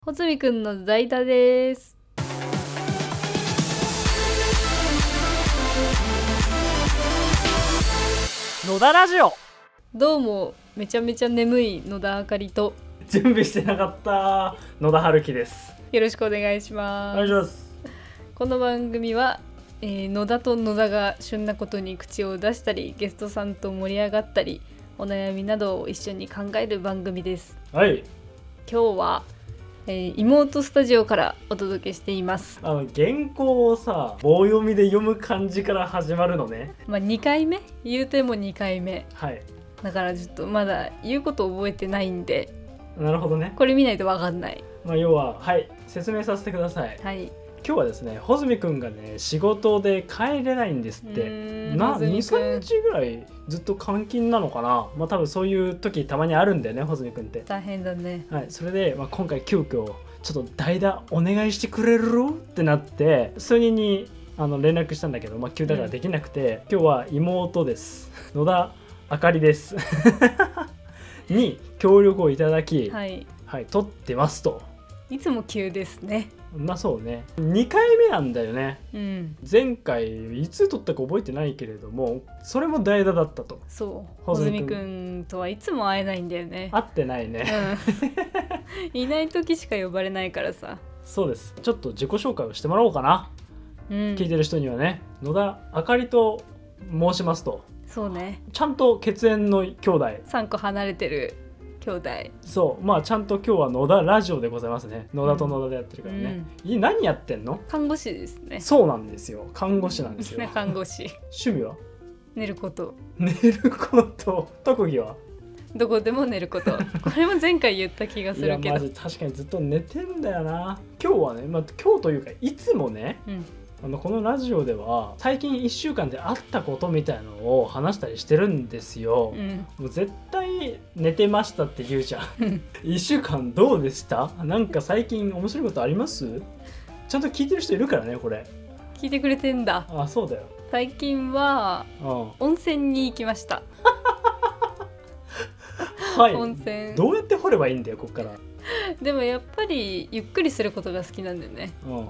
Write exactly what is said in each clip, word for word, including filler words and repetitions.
穂積くんの代打です。 野田ラジオ。 どうもめちゃめちゃ眠い野田あかりと準備してなかった野田春樹です。 よろしくお願いします。 お願いします。 この番組は、えー、野田と野田が旬なことに口を出したり、ゲストさんと盛り上がったり、お悩みなどを一緒に考える番組です。 はい。 今日はえー、妹スタジオからお届けしています。 あの原稿をさ棒読みで読む感じから始まるのね。 まあにかいめ言うてもにかいめ、 はい、 だからちょっとまだ言うこと覚えてないんで。 なるほどね。 これ見ないと分かんない。 まあ、要ははい説明させてください。 はい。 今日はですね、穂積くんがね仕事で帰れないんですって。なに、さんにちぐらいずっと監禁なのかな。まあ多分そういう時たまにあるんだよね、穂積くんって。 大変だね。 はい、それで、まあ、今回急遽ちょっと代打お願いしてくれるってなって数人にあの連絡したんだけど、まあ、急だからできなくて、うん、今日は妹です野田あかりですに協力をいただき、はいはい、撮ってますと。 いつも急ですね。 まあそうね、にかいめなんだよね、うん、前回いつ撮ったか覚えてないけれどもそれも代打だったと。 そう穂積くんとはいつも会えないんだよね。 会ってないね、 うん、いない時しか呼ばれないからさ。 そうです。ちょっと自己紹介をしてもらおうかな、うん、聞いてる人にはね。野田あかりと申しますと。 そうね、 ちゃんと血縁の兄弟さんこ離れてる兄弟。 そうまあちゃんと今日は野田ラジオでございますね。野田と野田でやってるからね、うん、何やってんの？ 看護師ですね。 そうなんですよ、看護師なんですよ看護師。 趣味は寝ること。 寝ること。特技はどこでも寝ること。これも前回言った気がするけど。いやマジ確かにずっと寝てんだよな。今日はね、まあ、今日というかいつもね、うんあのこのラジオでは最近いっしゅうかんであったことみたいのを話したりしてるんですよ、うん、もう絶対寝てましたって言うじゃんいっしゅうかんどうでした？なんか最近面白いことあります？ちゃんと聞いてる人いるからね、これ聞いてくれてんだ。 あ、そうだよ。 最近は、うん、温泉に行きましたはい。 温泉どうやって掘ればいいんだよこっから。 でもやっぱりゆっくりすることが好きなんだよね、 うんうんうん、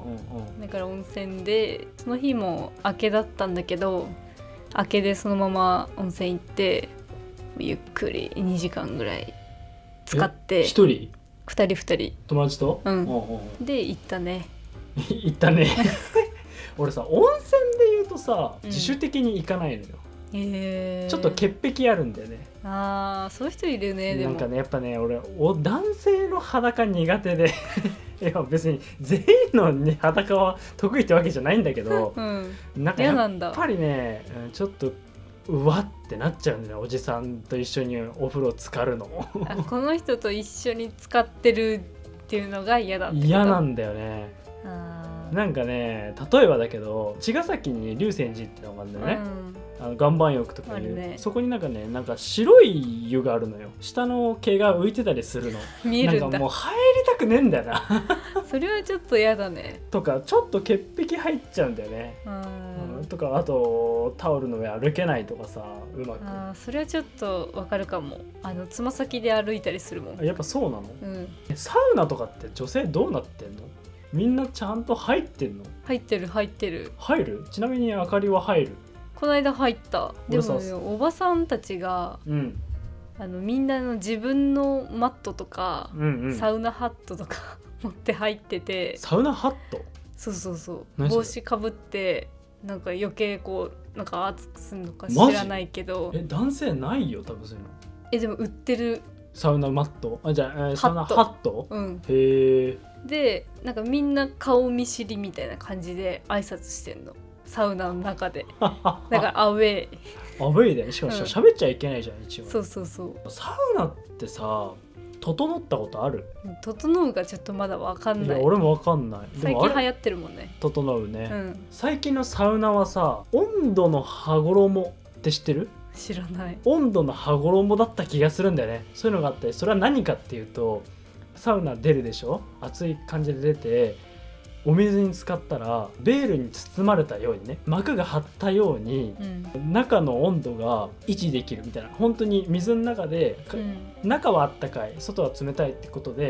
だから温泉でその日も明けだったんだけど、明けでそのまま温泉行ってゆっくりにじかんぐらい使って。 ひとり？ ふたりふたり友達と、 うん、おうおうで行ったね行ったね俺さ温泉で言うとさ、うん、自主的に行かないのよ。へー、ちょっと潔癖あるんだよね。 あー、そういう人いるね。でもなんかねやっぱね俺お男性の裸苦手でいや別に全員の裸は得意ってわけじゃないんだけど、うん、なんかやっぱりねちょっとうわってなっちゃうんだよ、おじさんと一緒にお風呂浸かるのあ、この人と一緒に浸かってるっていうのが嫌だってこと？ 嫌なんだよね。あ、なんかね例えばだけど茅ヶ崎に龍泉寺ってのがあるんだよね、うん、あの岩盤浴とかいう、ね、そこになんかねなんか白い湯があるのよ。下の毛が浮いてたりするの。 見えるんだ。 なんかもう入りたくねえんだよなそれはちょっと嫌だね。 とかちょっと潔癖入っちゃうんだよね。うん、とかあとタオルの上歩けないとかさ、うまく。 あ、それはちょっとわかるかも。あのつま先で歩いたりするもん。 やっぱそうなの、うん、サウナとかって女性どうなってんの？みんなちゃんと入ってんの？ 入ってる入ってる。 入る？ちなみにあかりは入る？ この間入った。でもおばさんたちが、うん、あのみんなの自分のマットとか、うんうん、サウナハットとか持って入ってて。 サウナハット？ そうそうそう。帽子かぶってなんか余計こうなんか熱くするのか知らないけど。 え、男性ないよ多分そういうの。 え、でも売ってる。 サウナマット？あ、じゃあ、えー、サウナハット？うん。へえ。 でなんかみんな顔見知りみたいな感じで挨拶してんの、サウナの中でだからアウェイアウェイでしかも喋、うん、っちゃいけないじゃん一応。 そうそうそう。 サウナってさ整ったことある？ 整うがちょっとまだ分かんない。 いや俺も分かんない。 最近流行ってるもんね、 整うね、うん、最近のサウナはさ温度の羽衣って知ってる？ 知らない。 温度の羽衣だった気がするんだよね。そういうのがあって、それは何かっていうとサウナ出るでしょ、熱い感じで出てお水に浸かったらベールに包まれたようにね、膜が張ったように、うん、中の温度が維持できるみたいな。本当に水の中で、うん、中はあったかい外は冷たいってことで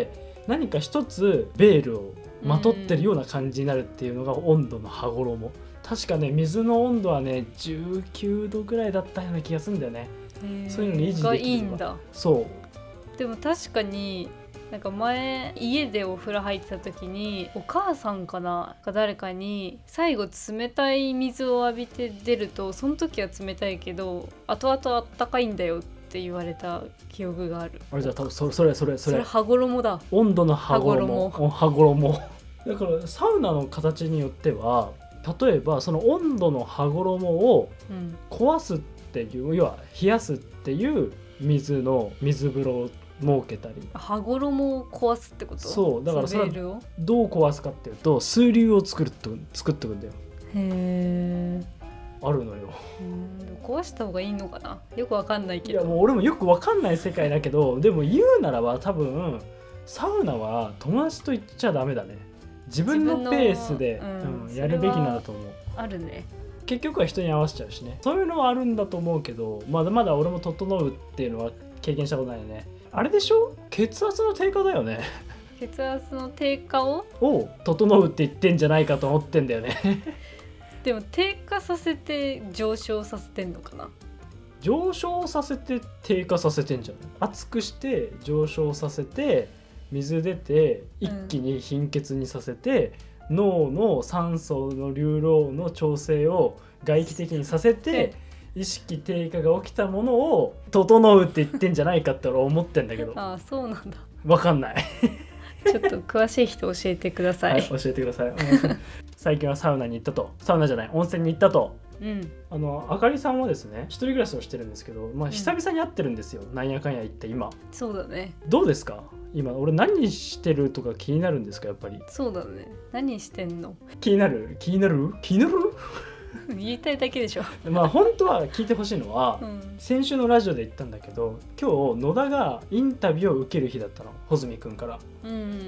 何か一つベールをまとってるような感じになるっていうのが温度の羽衣。確かね水の温度はねじゅうきゅうどぐらいだったような気がするんだよね。そういうのに維持できるのがいいんだ。 そうでも確かになんか前家でお風呂入ってた時にお母さんかなか誰かに最後冷たい水を浴びて出るとその時は冷たいけど後々あったかいんだよって言われた記憶がある。 あれじゃあ多分それそれそれそれ羽衣だ。 温度の羽衣羽衣だからサウナの形によっては例えばその温度の羽衣を壊すっていう、うん、要は冷やすっていう水の水風呂を設けたり。 羽衣を壊すってこと？ そうだからそれはどう壊すかっていうと水流を作ると作ってくんだよ。 へーあるのよ。 うん壊した方がいいのかなよくわかんないけど。 いやもう俺もよくわかんない世界だけどでも言うならば多分サウナは友達と行っちゃダメだね。自分のペースで、うんうん、やるべきなんだと思う。 あるね。 結局は人に合わせちゃうしね。そういうのはあるんだと思うけどまだまだ俺も整うっていうのは経験したことないよね。あれでしょ血圧の低下だよね。 血圧の低下をを整うって言ってんじゃないかと思ってんだよね。 でも低下させて上昇させてんのかな。 上昇させて低下させてんじゃない。熱くして上昇させて水出て一気に貧血にさせて、うん、脳の酸素の流動の調整を外気的にさせて意識低下が起きたものを整うって言ってんじゃないかって俺は思ってんだけど。 ああそうなんだ。 わかんない。 ちょっと詳しい人教えてください。はい、 教えてください。最近はサウナに行ったと。サウナじゃない温泉に行ったと。うん、あのあかりさんはですね一人暮らしをしてるんですけど、まあ、久々に会ってるんですよ、うん、なんやかんや言って今。 そうだね。 どうですか今俺何してるとか気になるんですかやっぱり。 そうだね。何してんの気になる気になる気になる言いたいだけでしょ。 まあ本当は聞いてほしいのは、うん、先週のラジオで言ったんだけど今日野田がインタビューを受ける日だったの穂積くんから、うん、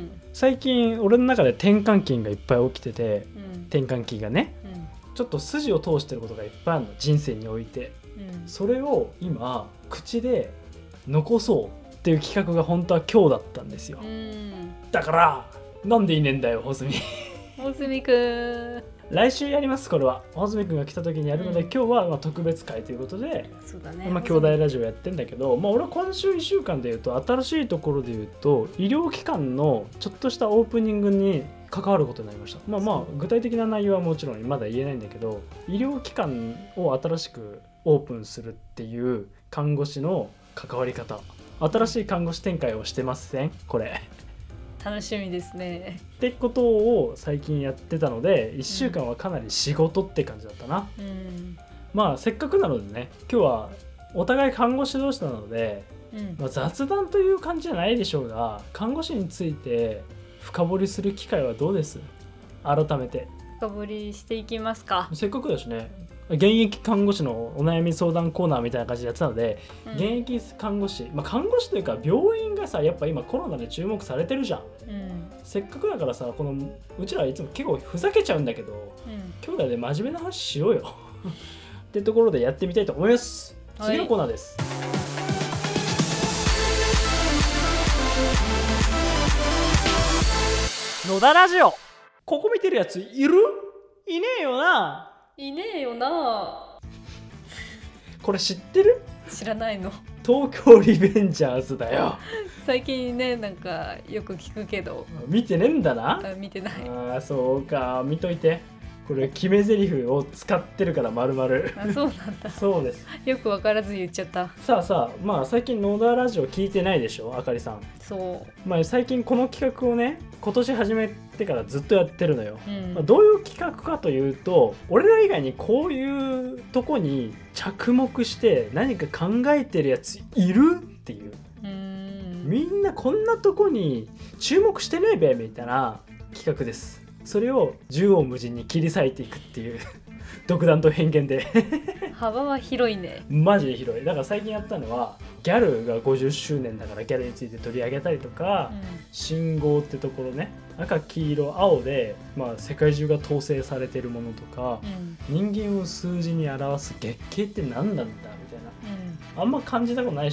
最近俺の中で転換期がいっぱい起きてて、うん、転換期がね、うん、ちょっと筋を通してることがいっぱいあるの人生において、うん、それを今口で残そうっていう企画が本当は今日だったんですよ、うん、だからなんでいねえんだよ穂積穂積くん来週やります。これは穂積くんが来た時にやるので、うん、今日はまあ特別会ということでそうだね、 まあ、兄弟ラジオやってんだけど、まあ、俺は今週いっしゅうかんでいうと新しいところでいうと医療機関のちょっとしたオープニングに関わることになりました。まあまあ具体的な内容はもちろんまだ言えないんだけど医療機関を新しくオープンするっていう看護師の関わり方新しい看護師展開をしてませんこれ楽しみですねってことを最近やってたのでいっしゅうかんはかなり仕事って感じだったな、うん、まあせっかくなのでね今日はお互い看護師同士なので、うんまあ、雑談という感じじゃないでしょうが看護師について深掘りする機会はどうです？改めて深掘りしていきますか。 せっかくだしね現役看護師のお悩み相談コーナーみたいな感じでやってたので、うん、現役看護師、まあ、看護師というか病院がさやっぱ今コロナで注目されてるじゃん、うん、せっかくだからさこのうちらはいつも結構ふざけちゃうんだけど、うん、兄弟で真面目な話しようよってところでやってみたいと思います。次のコーナーです、はい、野田ラジオ。ここ見てるやついる？いねえよな。 いねえよな。 これ知ってる？ 知らないの。 東京リベンジャーズだよ。 最近ねなんかよく聞くけど見てねえんだな。 見てない。 ああそうか見といて。これ決め台詞を使ってるから丸々。 あそうなんだ。 そうです。 よく分からず言っちゃった。 さあさあまあ最近野田ラジオ聞いてないでしょあかりさん。 そう。 まあ最近この企画をね今年始めてからずっとやってるのよ、うんまあ、どういう企画かというと俺ら以外にこういうとこに着目して何か考えてるやついるっていう、うーんみんなこんなとこに注目してねえべみたいな企画です。それを縦横無尽に切り裂いていくっていう独断と偏見で幅は広いね。 マジで広い。だから最近やったのはギャルがごじゅっしゅうねんだからギャルについて取り上げたりとか、うん、信号ってところね赤黄色青で、まあ、世界中が統制されてるものとか、うん、人間を数字に表す月経って何なんだみたいな、うん、あんま感じたことないでしょ、う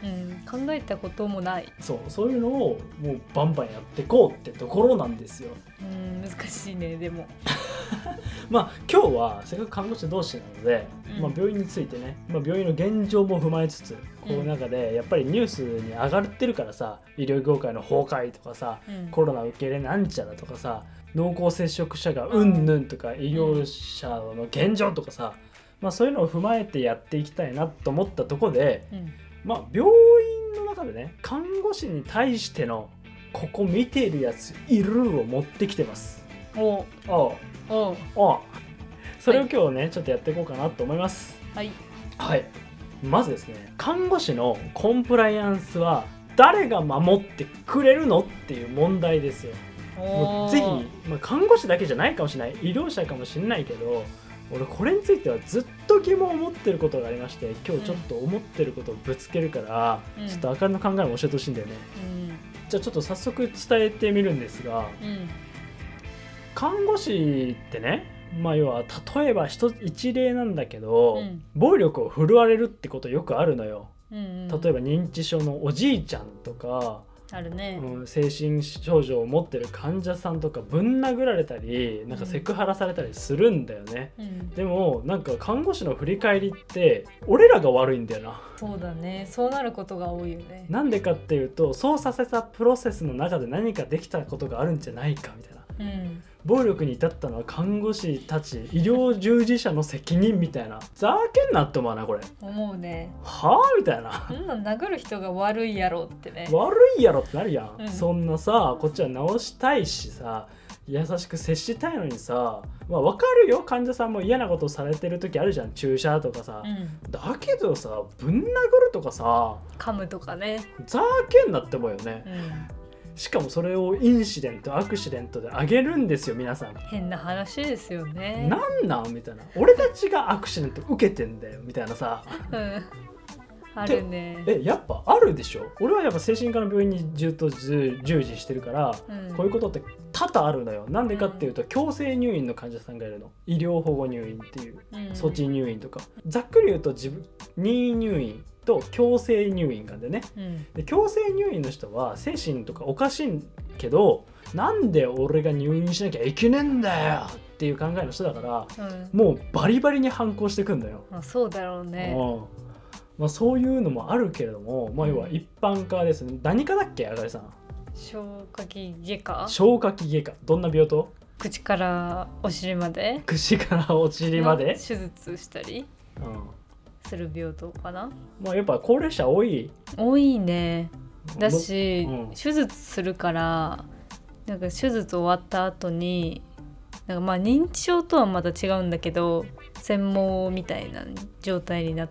うん、考えたこともない。 そうそういうのをもうバンバンやっていこうってところなんですよ。 うん難しいねでもまあ今日はせっかく看護師同士なので、うんまあ、病院についてね、まあ、病院の現状も踏まえつつこういう中でやっぱりニュースに上がってるからさ、医療業界の崩壊とかさ、うん、コロナ受け入れなんちゃらとかさ、濃厚接触者がうんぬんとか、医療者の現状とかさ、まあ、そういうのを踏まえてやっていきたいなと思ったところで、うんまあ、病院の中でね看護師に対してのここ見ているやついるを持ってきてます。 おおおおそれを今日ね、はい、ちょっとやっていこうかなと思います。 はい、 はい、まずですね、看護師のコンプライアンスは誰が守ってくれるのっていう問題ですよ。もうぜひ、まあ、看護師だけじゃないかもしれない、医療者かもしれないけど、俺これについてはずっと疑問を持ってることがありまして、今日ちょっと思ってることをぶつけるから、うん、ちょっとあかりの考えも教えてほしいんだよね、うん、じゃあちょっと早速伝えてみるんですが、うん、看護師ってね、まあ要は例えば一, 一例なんだけど、うん、暴力を振るわれるってことよくあるのよ、うんうん、例えば認知症のおじいちゃんとかあるね、 うん、精神症状を持ってる患者さんとかぶん殴られたりなんかセクハラされたりするんだよね、うん、でもなんか看護師の振り返りって俺らが悪いんだよな。 そうだね、そうなることが多いよね。 なんでかっていうと、そうさせたプロセスの中で何かできたことがあるんじゃないかみたいな、うん、暴力に至ったのは看護師たち医療従事者の責任みたいな、ざーけんなって思わないこれ。 思うね。 はぁみたいな、 そんな殴る人が悪いやろってね。 悪いやろってなるやん、うん、そんなさこっちは治したいしさ優しく接したいのにさ、まあ分かるよ、患者さんも嫌なことされてる時あるじゃん、注射とかさ、うん、だけどさぶん殴るとかさ噛むとかね、 ざーけんなって思うよね、うん、しかもそれをインシデントアクシデントであげるんですよ皆さん。 変な話ですよね。 なんなんみたいな、俺たちがアクシデント受けてんだよみたいなさ、うんあるね。 えやっぱあるでしょ。俺はやっぱ精神科の病院にずっと従事してるから、うん、こういうことって多々あるのよ。なんでかっていうと、うん、強制入院の患者さんがいるの。医療保護入院っていう、うん、措置入院とか、ざっくり言うと自分任意入院と強制入院があるんでね、うん、で強制入院の人は精神とかおかしいけど、なんで俺が入院しなきゃいけねえんだよっていう考えの人だから、うん、もうバリバリに反抗してくんだよ。 あ、そうだろうね。 うん、まあ、そういうのもあるけれども、まあ、要は一般科ですね、うん、何科だっけあがりさん。 消化器外科。 消化器外科、どんな病棟？ 口からお尻まで口からお尻まで手術したりする病棟かな、うん、 まあ、やっぱ高齢者多い多いね。だし、うん、手術するからなんか手術終わった後になんかまあ認知症とはまた違うんだけど専門みたいな状態になって、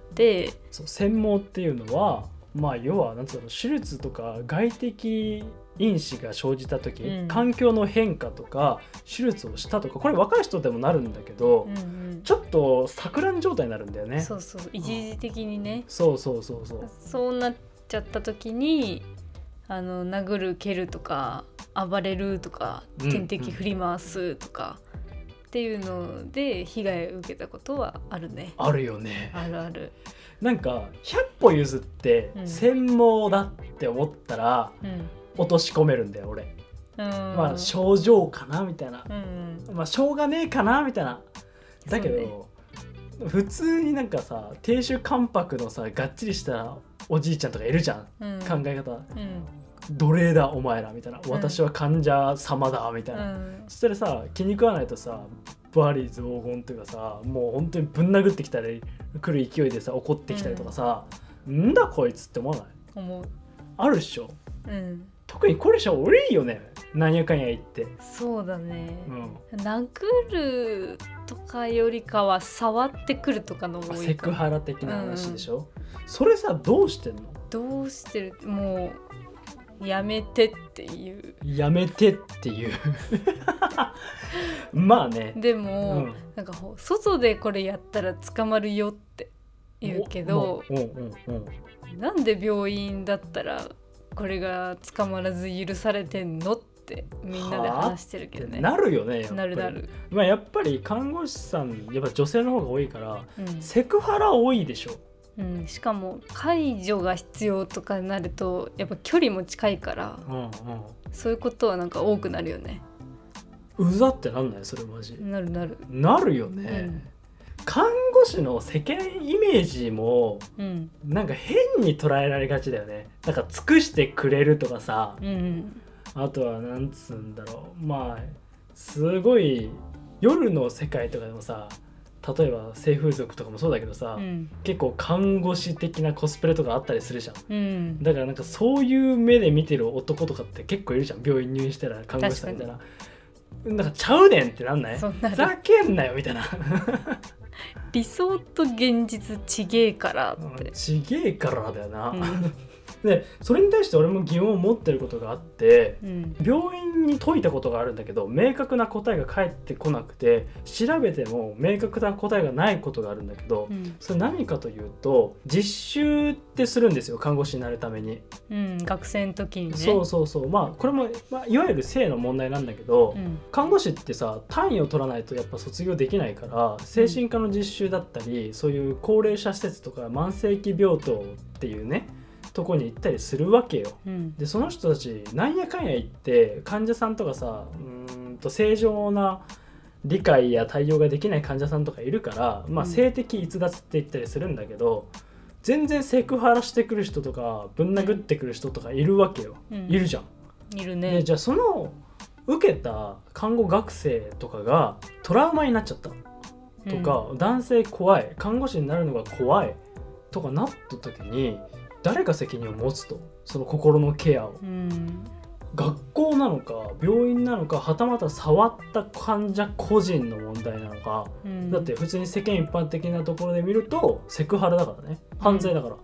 そう専門っていうのは、まあ、要はなんつうの、手術とか外的因子が生じた時、うん、環境の変化とか手術をしたとか、これ若い人でもなるんだけど、うんうん、ちょっと錯乱状態になるんだよね。 そうそう、一時的にね、 うん、そうそうそうそうそうなっちゃった時にあの殴る蹴るとか暴れるとか点滴振り回すとか、うんうんっていうので被害を受けたことはあるね。 あるよね。 あるある。 なんかひゃっぽ譲って専門だって思ったら、うん、落とし込めるんだよ俺、うん、まあ症状かなみたいな、うん、まあしょうがねえかなみたいな。だけど、ね、普通になんかさ亭主関白のさがっちりしたおじいちゃんとかいるじゃん、うん、考え方、うん、奴隷だお前らみたいな、私は患者様だみたいな、うん、そしたらさ気に食わないとさバリ雑言というかさ、もう本当にぶん殴ってきたり来る勢いでさ怒ってきたりとかさ、うん、んだこいつって思わない？ 思う。 あるっしょ、 うん、 特にこれじゃ多いよね、なんやかんや言って。 そうだね、うん、殴るとかよりかは触ってくるとかの多いか。 セクハラ的な話でしょ、うん、それさどうしてんの？ どうしてる？もうやめてっていう。 やめてっていうまあね。 でも、うん、なんか外でこれやったら捕まるよって言うけど、うんうんうん、なんで病院だったらこれが捕まらず許されてんのってみんなで話してるけどね。 なるよね。やっぱりなるなる。 まあやっぱり看護師さんやっぱ女性の方が多いから、うん、セクハラ多いでしょ。 うん、しかも介助が必要とかになるとやっぱ距離も近いから、うんうん、そういうことはなんか多くなるよね。 うざってなんないそれマジ。 なるなるなるよね、うん、看護師の世間イメージも、うん、なんか変に捉えられがちだよね。なんか尽くしてくれるとかさ、うん、あとはなんつうんだろう、まあすごい夜の世界とかでもさ、例えば性風俗とかもそうだけどさ、うん、結構看護師的なコスプレとかあったりするじゃん、うん、だからなんかそういう目で見てる男とかって結構いるじゃん。病院入院したら看護師さんみたいな、なんかちゃうねんってなんない？ふざけんなよみたいな理想と現実ちげえからって。 ちげえからだよな、うんでそれに対して俺も疑問を持ってることがあって、うん、病院に解いたことがあるんだけど明確な答えが返ってこなくて、調べても明確な答えがないことがあるんだけど、うん、それ何かというと実習ってするんですよ、看護師になるために、 うん、学生の時にね。 そうそうそう、まあこれも、まあ、いわゆる性の問題なんだけど、うん、看護師ってさ単位を取らないとやっぱ卒業できないから、精神科の実習だったり、うん、そういう高齢者施設とか慢性期病棟っていうねとこに行ったりするわけよ、うん、でその人たちなんやかんや言って患者さんとかさ、うーんと正常な理解や対応ができない患者さんとかいるから、まあ、性的逸脱って言ったりするんだけど、うん、全然セクハラしてくる人とかぶん殴ってくる人とかいるわけよ、うん、いるじゃん。 いるね。 でじゃあその受けた看護学生とかがトラウマになっちゃったとか、うん、男性怖い、看護師になるのが怖いとかなった時に誰が責任を持つと、その心のケアを、うん、学校なのか病院なのか、はたまた触った患者個人の問題なのか、うん、だって普通に世間一般的なところで見るとセクハラだからね、犯罪だから、うん、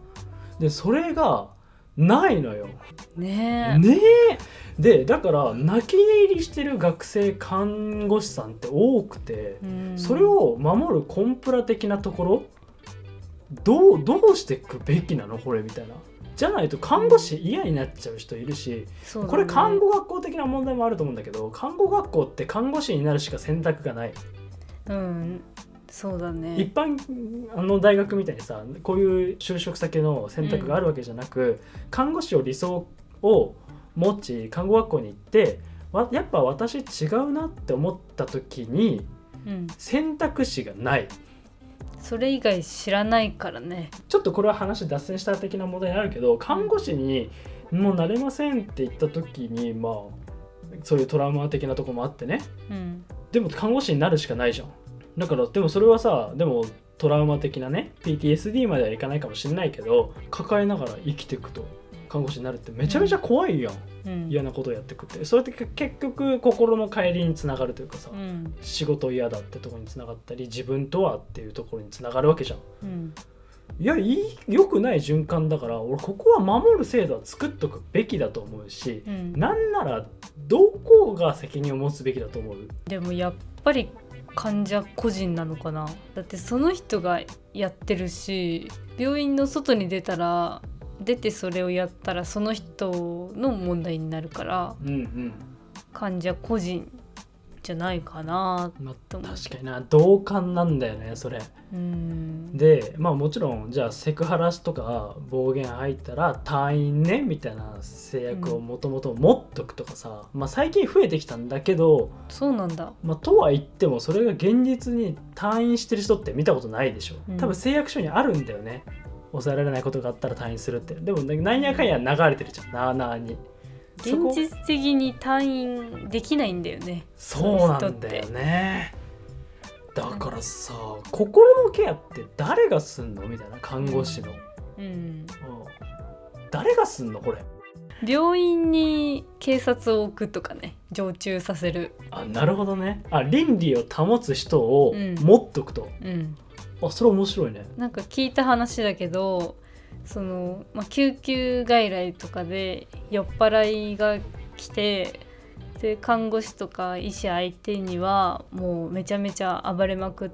でそれがないのよねえねえ。でだから泣き寝入りしてる学生看護師さんって多くて、うん、それを守るコンプラ的なところどう、どうしていくべきなのこれみたいな。じゃないと看護師嫌になっちゃう人いるし、うんね、これ看護学校的な問題もあると思うんだけど、看護学校って看護師になるしか選択がない。 うんそうだね。 一般あの大学みたいにさこういう就職先の選択があるわけじゃなく、うん、看護師を理想を持ち看護学校に行ってやっぱ私違うなって思った時に、うん、選択肢がない。 それ以外知らないからね。 ちょっとこれは話脱線した的な問題になるけど、看護師にもうなれませんって言った時に、まあそういうトラウマ的なとこもあってね、うん、でも看護師になるしかないじゃん。だからでもそれはさ、でもトラウマ的なね ピーティーエスディー まではいかないかもしれないけど、抱えながら生きていくと看護師になるってめちゃめちゃ怖いやん、うん、嫌なことをやってくって。それって結局心の帰りにつながるというかさ、うん、仕事嫌だってところにつながったり自分とはっていうところにつながるわけじゃん、うん、いやいい良くない循環だから、俺ここは守る制度は作っとくべきだと思うし、うん、なんならどこが責任を持つべきだと思う。 でもやっぱり患者個人なのかな。だってその人がやってるし、病院の外に出たら出てそれをやったらその人の問題になるから、うんうん、患者個人じゃないかなと思って。 確かにな、同感なんだよねそれ。うんでまあもちろんじゃあセクハラとか暴言入ったら退院ねみたいな制約をもともと持っとくとかさ、うん、まあ最近増えてきたんだけど。 そうなんだ。 まあとは言ってもそれが現実に退院してる人って見たことないでしょ、うん、多分誓約書にあるんだよね、抑えられないことがあったら退院するって。でもなんやかんや流れてるじゃん、なあなあに。 現実的に退院できないんだよね。 そうなんだよね。だからさ、心のケアって誰がすんのみたいな、看護師の、うんうん、誰がすんのこれ。 病院に警察を置くとかね、常駐させる。 あ、なるほどね。あ、倫理を保つ人を持っとくと、うんうん、あ、それ面白いね。 なんか聞いた話だけど、その、まあ、救急外来とかで酔っ払いが来て、で看護師とか医師相手にはもうめちゃめちゃ暴れまくって、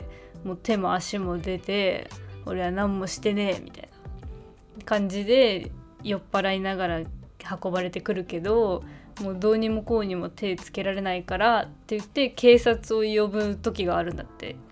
もう手も足も出て、俺は何もしてねえみたいな感じで酔っ払いながら運ばれてくるけど、もうどうにもこうにも手つけられないからって言って警察を呼ぶ時があるんだって。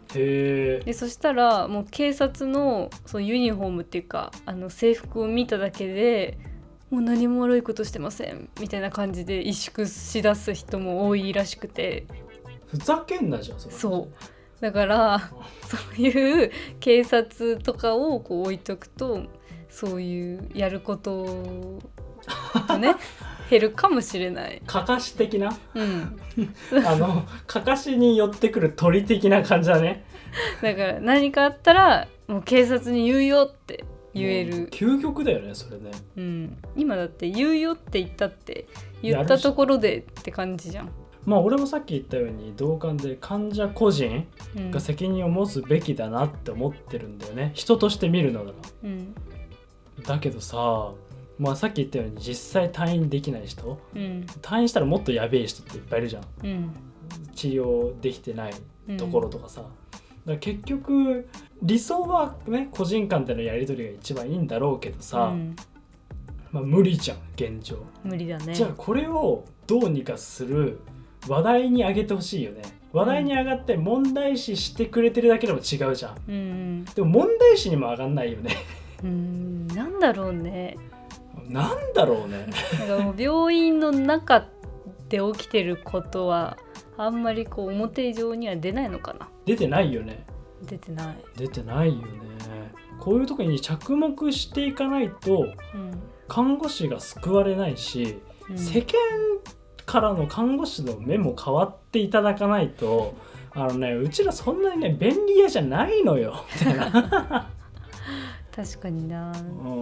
へでそしたらもう警察のそのユニフォームっていうかあの制服を見ただけでもう何も悪いことしてませんみたいな感じで萎縮しだす人も多いらしくて。 ふざけんなじゃんそれ。 そうだからそういう警察とかをこう置いとくとそういうやることがね減るかもしれない。 かかし的な、 うん、 あのかかしに寄ってくる鳥的な感じだね。 だから何かあったらもう警察に言うよって言える。 究極だよねそれね、 うん、今だって言うよって言ったって言ったところでって感じじゃん。 まあ俺もさっき言ったように同感で患者個人が責任を持つべきだなって思ってるんだよね、うん、人として見るのなら、うん、だけどさまあさっき言ったように実際退院できない人、うん、退院したらもっとやべえ人っていっぱいいるじゃん、うん、治療できてないところとかさ、うん、だから結局理想はね個人間でのやり取りが一番いいんだろうけどさ、うんまあ、無理じゃん現状。 無理だね。 じゃあこれをどうにかする話題に上げてほしいよね。話題に上がって問題視してくれてるだけでも違うじゃん、うん、でも問題視にも上がんないよねうんなんだろうねなんだろうねなんかもう病院の中で起きてることはあんまりこう表上には出ないのかな。 出てないよね。 出てない出てないよね。こういうところに着目していかないと、うん、看護師が救われないし、うん、世間からの看護師の目も変わっていただかないとあのねうちらそんなにね便利屋じゃないのよみたいな確かにな、うん、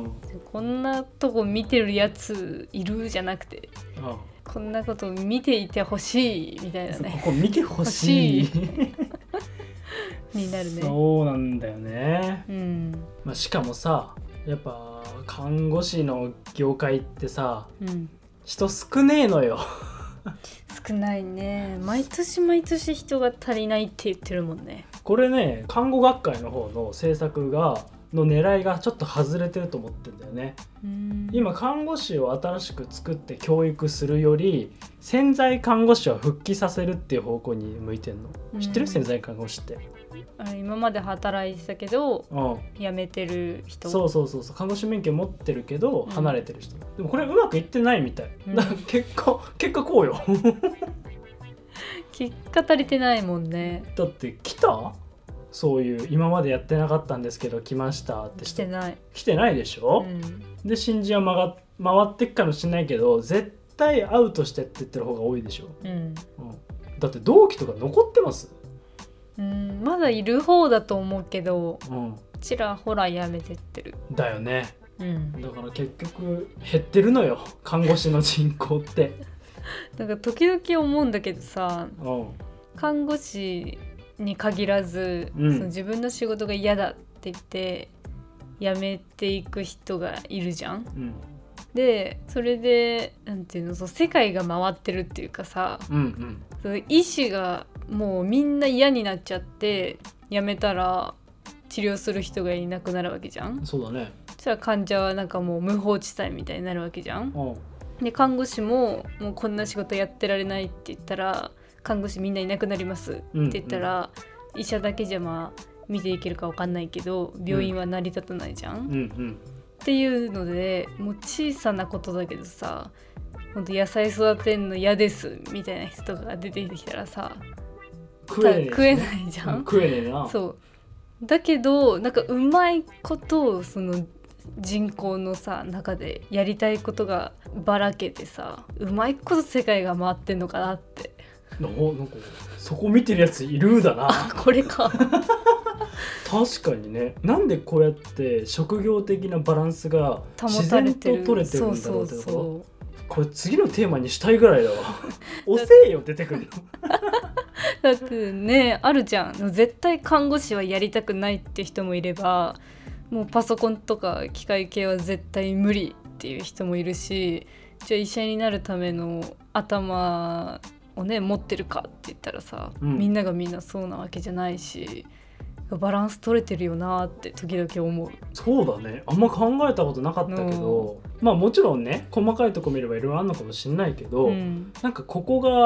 こんなとこ見てるやついるじゃなくて、うん、こんなこと見ていてほしいみたいなね。 ここ見てほしいになるね。 そうなんだよね、うんまあ、しかもさやっぱ看護師の業界ってさ、うん、人少ねえのよ少ないね。毎年毎年人が足りないって言ってるもんね。 これね看護学会の方の政策がの狙いがちょっと外れてると思ってんだよね。うん今看護師を新しく作って教育するより潜在看護師を復帰させるっていう方向に向いてんの。知ってる？潜在看護師ってあれ今まで働いてたけど、うん、辞めてる人。 そうそうそうそう看護師免許持ってるけど離れてる人、うん、でもこれうまくいってないみたい、うん、だから結果結果こうよ結果足りてないもんね。 だって来た？そういう今までやってなかったんですけど来ましたって人来てない来てないでしょ、うん、で新人は回ってっかもしれないけど絶対アウトしてって言ってる方が多いでしょ、うんうん、だって同期とか残ってます？ うんまだいる方だと思うけど、うん、ちらほらやめてってるだよね、うん、だから結局減ってるのよ看護師の人口ってなんか時々思うんだけどさ、うん、看護師に限らず、うん、その自分の仕事が嫌だって言って辞めていく人がいるじゃん、うん、でそれでなんていうのそう世界が回ってるっていうかさ、うんうん、その医師がもうみんな嫌になっちゃって辞めたら治療する人がいなくなるわけじゃん。 そうだね。 そしたら患者はなんかもう無法地帯みたいになるわけじゃん。で看護師ももうこんな仕事やってられないって言ったら看護師みんないなくなりますって言ったら、うんうん、医者だけじゃまあ見ていけるか分かんないけど病院は成り立たないじゃん、うんうんうん、っていうのでもう小さなことだけどさほんと野菜育てんの嫌ですみたいな人が出てきたらさ食えねえ、 食えないじゃん、 うん、食えねえな。 そうだけどなんかうまいことをその人口のさ中でやりたいことがばらけてさうまいこと世界が回ってんのかなってななんかそこ見てるやついるだな。 あこれか確かにね。なんでこうやって職業的なバランスが自然と取れてるんだろうってこと。そうそうそう。これ次のテーマにしたいぐらいだわ遅えよ出てくるのだってねあるじゃん。絶対看護師はやりたくないって人もいればもうパソコンとか機械系は絶対無理っていう人もいるしじゃあ医者になるための頭をね持ってるかって言ったらさ、うん、みんながみんなそうなわけじゃないしバランス取れてるよなって時々思う。 そうだね。あんま考えたことなかったけどまあもちろんね細かいとこ見ればいろいろあるのかもしれないけど、うん、なんかここが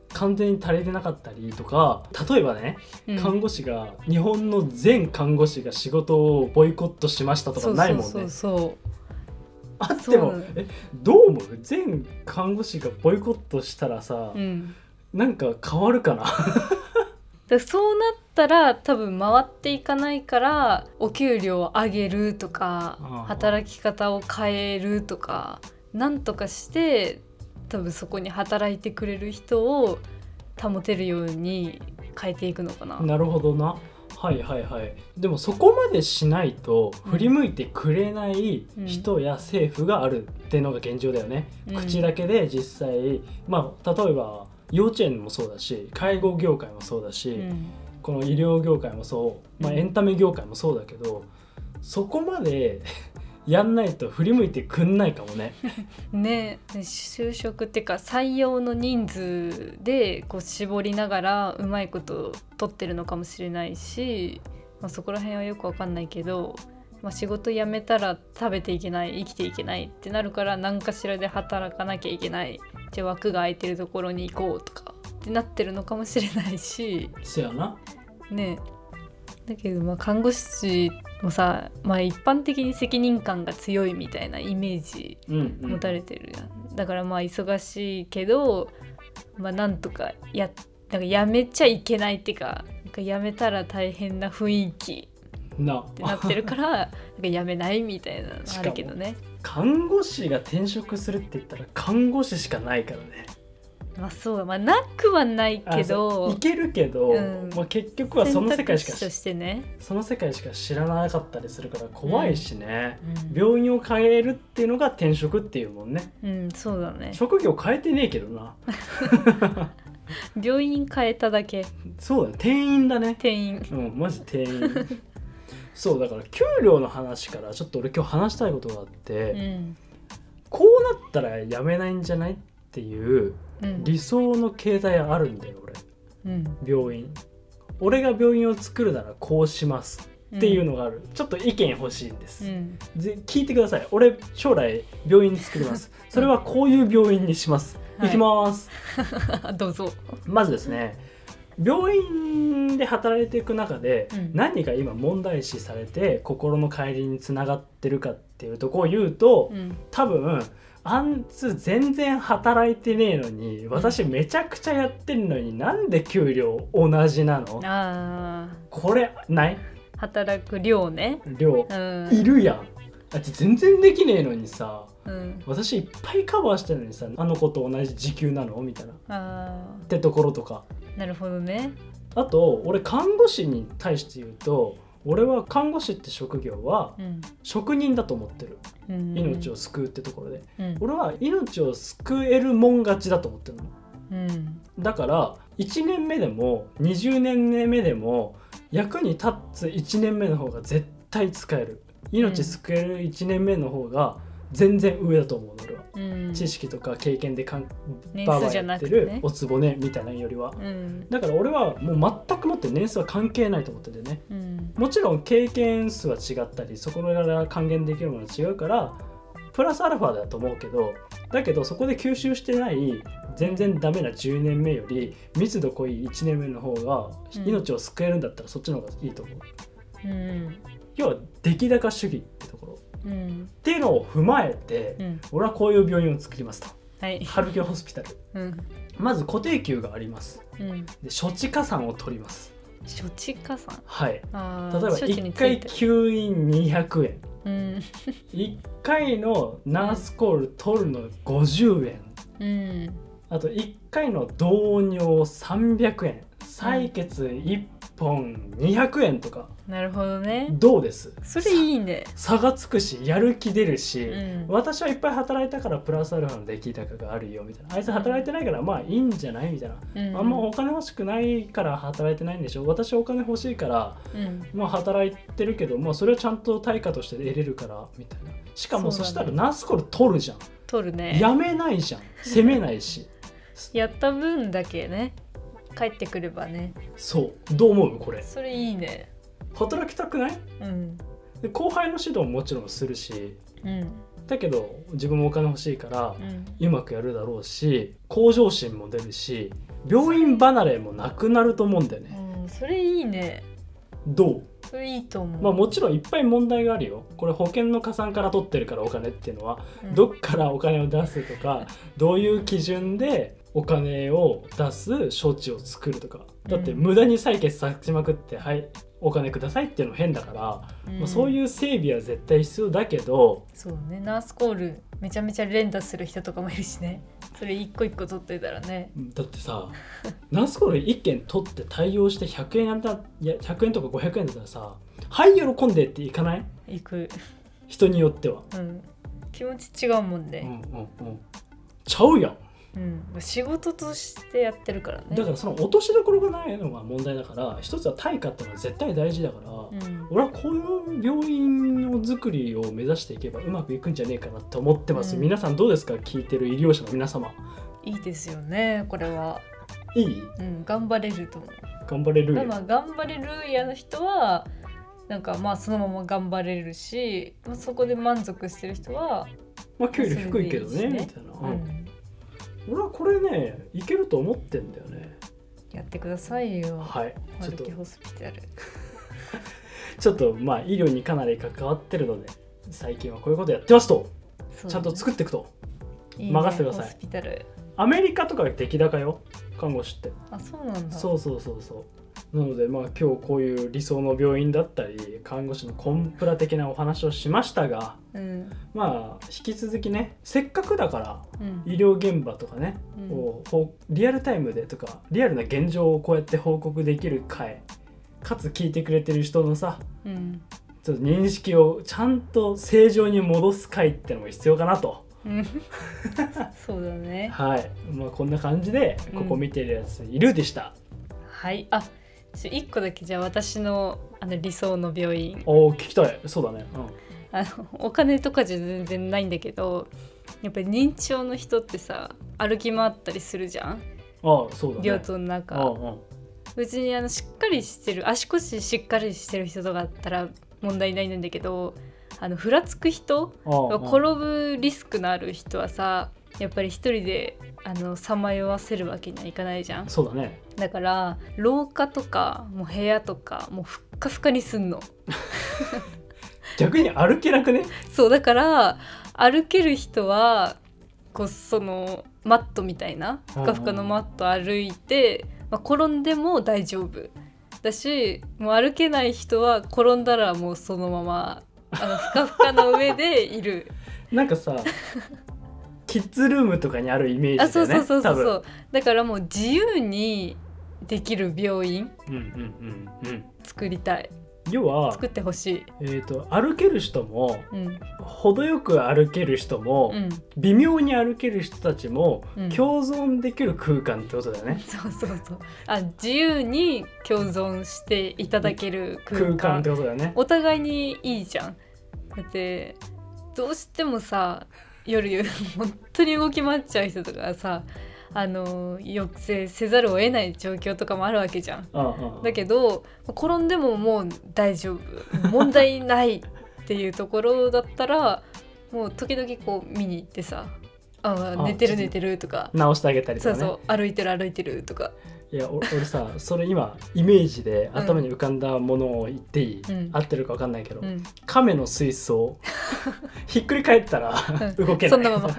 完全に足りてなかったりとか、例えばね、うん、看護師が日本の全看護師が仕事をボイコットしましたとかないもんね。 そうそうそうそう、 あってもえどう思う？全看護師がボイコットしたらさ、うん、なんか変わるかなだそうなったら多分回っていかないから、お給料を上げるとか、ああ働き方を変えるとかなんとかして多分そこに働いてくれる人を保てるように変えていくのかな。 なるほどな。はいはいはい。でもそこまでしないと振り向いてくれない人や政府があるっていうのが現状だよね、うん、口だけで実際、まあ例えば幼稚園もそうだし、介護業界もそうだし、うん、この医療業界もそう、まあ、エンタメ業界もそうだけど、そこまでやんないと振り向いてくんないかもねね、就職っていうか採用の人数でこう絞りながらうまいこと取ってるのかもしれないし、まあ、そこら辺はよくわかんないけど、まあ、仕事辞めたら食べていけない、生きていけないってなるから何かしらで働かなきゃいけない、じゃあ枠が空いてるところに行こうとかってなってるのかもしれないし、 そやなね。だけどまあ看護師もさ、まあ、一般的に責任感が強いみたいなイメージ持たれてるやん、うんうん、だからまあ忙しいけど、まあ、なんとかやなんかやめちゃいけないっていうか、なんかやめたら大変な雰囲気なってなってるからなんかやめないみたいなのあるけどね。 看護師が転職するって言ったら看護師しかないからね。 まあそうだ、まあ、なくはないけどいけるけど、うんまあ、結局はその世界しか選択肢としてね、 その世界しか知らなかったりするから怖いしね、うん、病院を変えるっていうのが転職っていうもんね。 うんそうだね。 職業変えてねえけどな病院変えただけ。 そうだね、店員だね。 店員うんマジ店員そうだから給料の話からちょっと俺今日話したいことがあって、うん、こうなったらやめないんじゃないっていう理想の形態あるんだよ俺、うん、病院俺が病院を作るならこうしますっていうのがある、うん、ちょっと意見欲しいんです、うん、で聞いてください。俺将来病院作りますそれはこういう病院にします、はい、行きますどうぞ。 まずですね、病院で働いていく中で何が今問題視されて心の帰りにつながってるかっていうところを言うと、うん、多分あんつ全然働いてねえのに私めちゃくちゃやってるのになんで給料同じなの？あこれない？ 働く量ね。 量、うん、いるやん。だって全然できねえのにさ、うん、私いっぱいカバーしてるのにさ、あの子と同じ時給なのみたいなあってところとか。 なるほどね。 あと俺看護師に対して言うと、俺は看護師って職業は職人だと思ってる、うん、命を救うってところで、うん、俺は命を救えるもん勝ちだと思ってるの、うん、だからいちねんめでもにじゅうねんめでも役に立ついちねんめの方が絶対使える。命救えるいちねんめの方が全然上だと思うの俺は、うん、知識とか経験でかんバーバーやってるおつぼねみたいなよりは、うん、だから俺はもう全くもって年数は関係ないと思っててね、うん、もちろん経験数は違ったりそこから還元できるものは違うからプラスアルファだと思うけど、だけどそこで吸収してない全然ダメなじゅうねんめより密度濃いいちねんめの方が命を救えるんだったらそっちの方がいいと思う、うん、要は出来高主義ってところうん、っていうのを踏まえて、うん、俺はこういう病院を作りますと、はい、春木ホスピタル、うん、まず固定給があります、うん、で処置加算を取ります。 処置加算、 はい、例えばいっかい吸引にひゃくえん、うん、いっかいのナースコール取るのごじゅうえん、うん、あといっかいの導尿さんびゃくえん、採血いっぽんにひゃくえんとか。 なるほどね。 どうです？ それいいね。 差がつくしやる気出るし、うん、私はいっぱい働いたからプラスアルファの出来高があるよみたいな、あいつ働いてないからまあいいんじゃないみたいな、うん、あんまお金欲しくないから働いてないんでしょ、私はお金欲しいから、うん、まあ働いてるけど、まあ、それはちゃんと対価として得れるからみたいな。しかも そ,、ね、そしたらナースコール取るじゃん。 取るね。 やめないじゃん、責めないしやった分だけね帰ってくればね。 そう、どう思うこれ？ それいいね。 働きたくない？うん、で後輩の指導ももちろんするし、うん、だけど自分もお金欲しいから、うん、うまくやるだろうし向上心も出るし、 病院離れもなくなると思うんだよね。 うん、それいいね。 どう？ それいいと思う。 まあもちろんいっぱい問題があるよ。これ保険の加算から取ってるからお金っていうのは、うん、どっからお金を出すとかどういう基準でお金を出す処置を作るとか、だって無駄に採血させまくってはいお金くださいっていうのも変だから、うん、まあ、そういう整備は絶対必要だけど、 そうね、ナースコールめちゃめちゃ連打する人とかもいるしね。それ一個一個取っといたらね。 だってさナースコールいっけん取って対応してひゃくえんやった、いやひゃくえんとかごひゃくえんだったらさ、はい喜んでっていかない？ 行く。 人によっては、 うん、気持ち違うもんね。 うんうんうん、ちゃうやん。 うん、仕事としてやってるからね。 だからその落としどころがないのが問題だから、一つは対価ってのは絶対大事だから、うん、俺はこういう病院の作りを目指していけばうまくいくんじゃねえかなって思ってます、うん、皆さんどうですか？聞いてる医療者の皆様。 いいですよね、これは。 いい？ うん、頑張れると思う。 頑張れる。 まあ頑張れるやの人はなんかまあそのまま頑張れるし、まあ、そこで満足してる人はまあ給料低いけどね、みたいな。うん、俺はこれねいけると思ってんだよね。 やってくださいよ。 はい。 ちょっとホスピタルちょっとまあ医療にかなり関わってるので最近はこういうことやってますと、ね、ちゃんと作っていくと。いいね、任せてください。ホスピタル。アメリカとか出来高よ、看護師って。 あ、そうなんだ。 そうそうそうそう。なのでまあ今日こういう理想の病院だったり看護師のコンプラ的なお話をしましたが、うん、まあ引き続きね、せっかくだから、うん、医療現場とかね、うん、をリアルタイムでとかリアルな現状をこうやって報告できる回、かつ聞いてくれてる人のさ、うん、ちょっと認識をちゃんと正常に戻す回ってのも必要かなと。 そうだね。 はい、まあこんな感じでここ見てるやついるでした。うん、 はい。あ、いっこだけじゃあ私の、あの理想の病院。 おー、聞きたい。そうだね。 うん、あのお金とかじゃ全然ないんだけど、やっぱり認知症の人ってさ歩き回ったりするじゃん。 ああ、そうだね。 病棟の中。ああ、別にあのしっかりしてる、足腰しっかりしてる人とかだったら問題ないんだけど、あのふらつく人、転ぶリスクのある人はさ、やっぱり一人でさまよわせるわけにはいかないじゃん。 そうだね。 だから廊下とかもう部屋とかもうふっかふかにすんの。 逆に歩けなくね？ そうだから歩ける人はこうそのマットみたいなふかふかのマット歩いて、まあ、転んでも大丈夫だし、もう歩けない人は転んだらもうそのままあのふかふかの上でいる。 なんかさキッズルームとかにあるイメージだよね。あ、 そうそうそうそうそう。だからもう自由にできる病院、うんうんうんうん、作りたい。 要は作ってほしい。 えーと、歩ける人も、うん、程よく歩ける人も、うん、微妙に歩ける人たちも、うん、共存できる空間ってことだよね。 そうそうそう。あ、自由に共存していただける空間、 空間ってことだよね。 お互いにいいじゃん。だってどうしてもさ、夜本当に動き回っちゃう人とかさ、あの抑制せざるを得ない状況とかもあるわけじゃん。ああああ、だけど転んでももう大丈夫、問題ないっていうところだったらもう時々こう見に行ってさ、ああ寝てる寝てるとか直してあげたりとかね。 そうそう、歩いてる歩いてるとか。 いや俺さ、それ今イメージで頭に浮かんだものを言っていい、うん、合ってるか分かんないけど、うん、亀の水槽ひっくり返ったら動けない、 そんなまま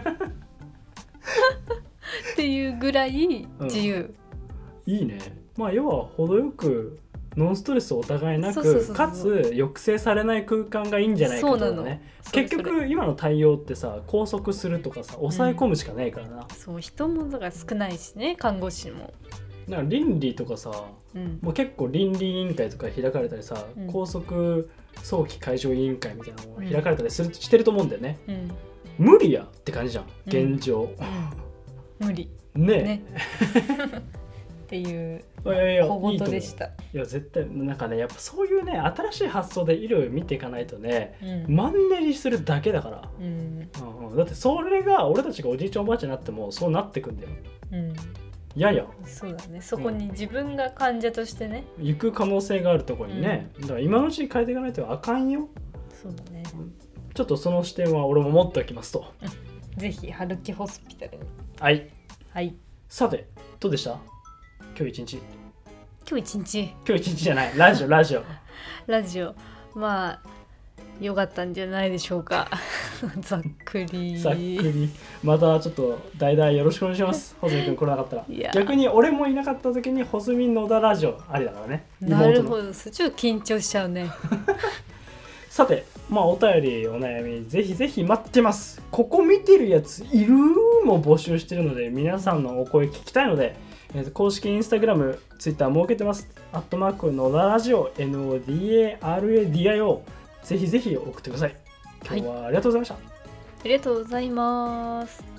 っていうぐらい自由、 うん、いいね。まあ要は程よくノンストレスをお互いなく、かつ抑制されない空間がいいんじゃないかとかね。結局今の対応ってさ、拘束するとかさ、抑え込むしかないからな、うん、 そう、人もだから少ないしね、看護師も。 だから倫理とかさ、うん、もう結構倫理委員会とか開かれたりさ、うん、拘束早期解消委員会みたいなのも開かれたりする、うん、してると思うんだよね、うん、無理やって感じじゃん現状、 うん、無理ねねっていう小言でした。 いや絶対なんかね、やっぱそういうね新しい発想で医療を見ていかないとね、うん、マンネリするだけだから、うんうん、だってそれが俺たちがおじいちゃんおばあちゃんになってもそうなってくんだよ、うん、ややそうだね、そこに自分が患者としてね、 うん、行く可能性があるところにね、うん、だから今のうちに変えていかないとあかんよ。 そうだね、うん、 ちょっとその視点は俺も持っておきますと、 うん、ぜひ春樹ホスピタルに。 はい、 はい、 さてどうでした？今日一日。 今日一日今日一日じゃないラジオラジオラジオまあ良かったんじゃないでしょうかざっくりざっくり。またちょっと代々よろしくお願いします穂積君来なかったら。逆に俺もいなかった時に穂積野田ラジオありだからね。 なるほど、そっちょっと緊張しちゃうねさてまあお便りお悩みぜひぜひ待ってます。ここ見てるやついるも募集してるので皆さんのお声聞きたいので、えー、と公式インスタグラムツイッター設けてます。アットマーク野田ラジオ エヌオーディーエーアールエーディーアイオー ぜひぜひ送ってください。今日はありがとうございました、はい、 ありがとうございます。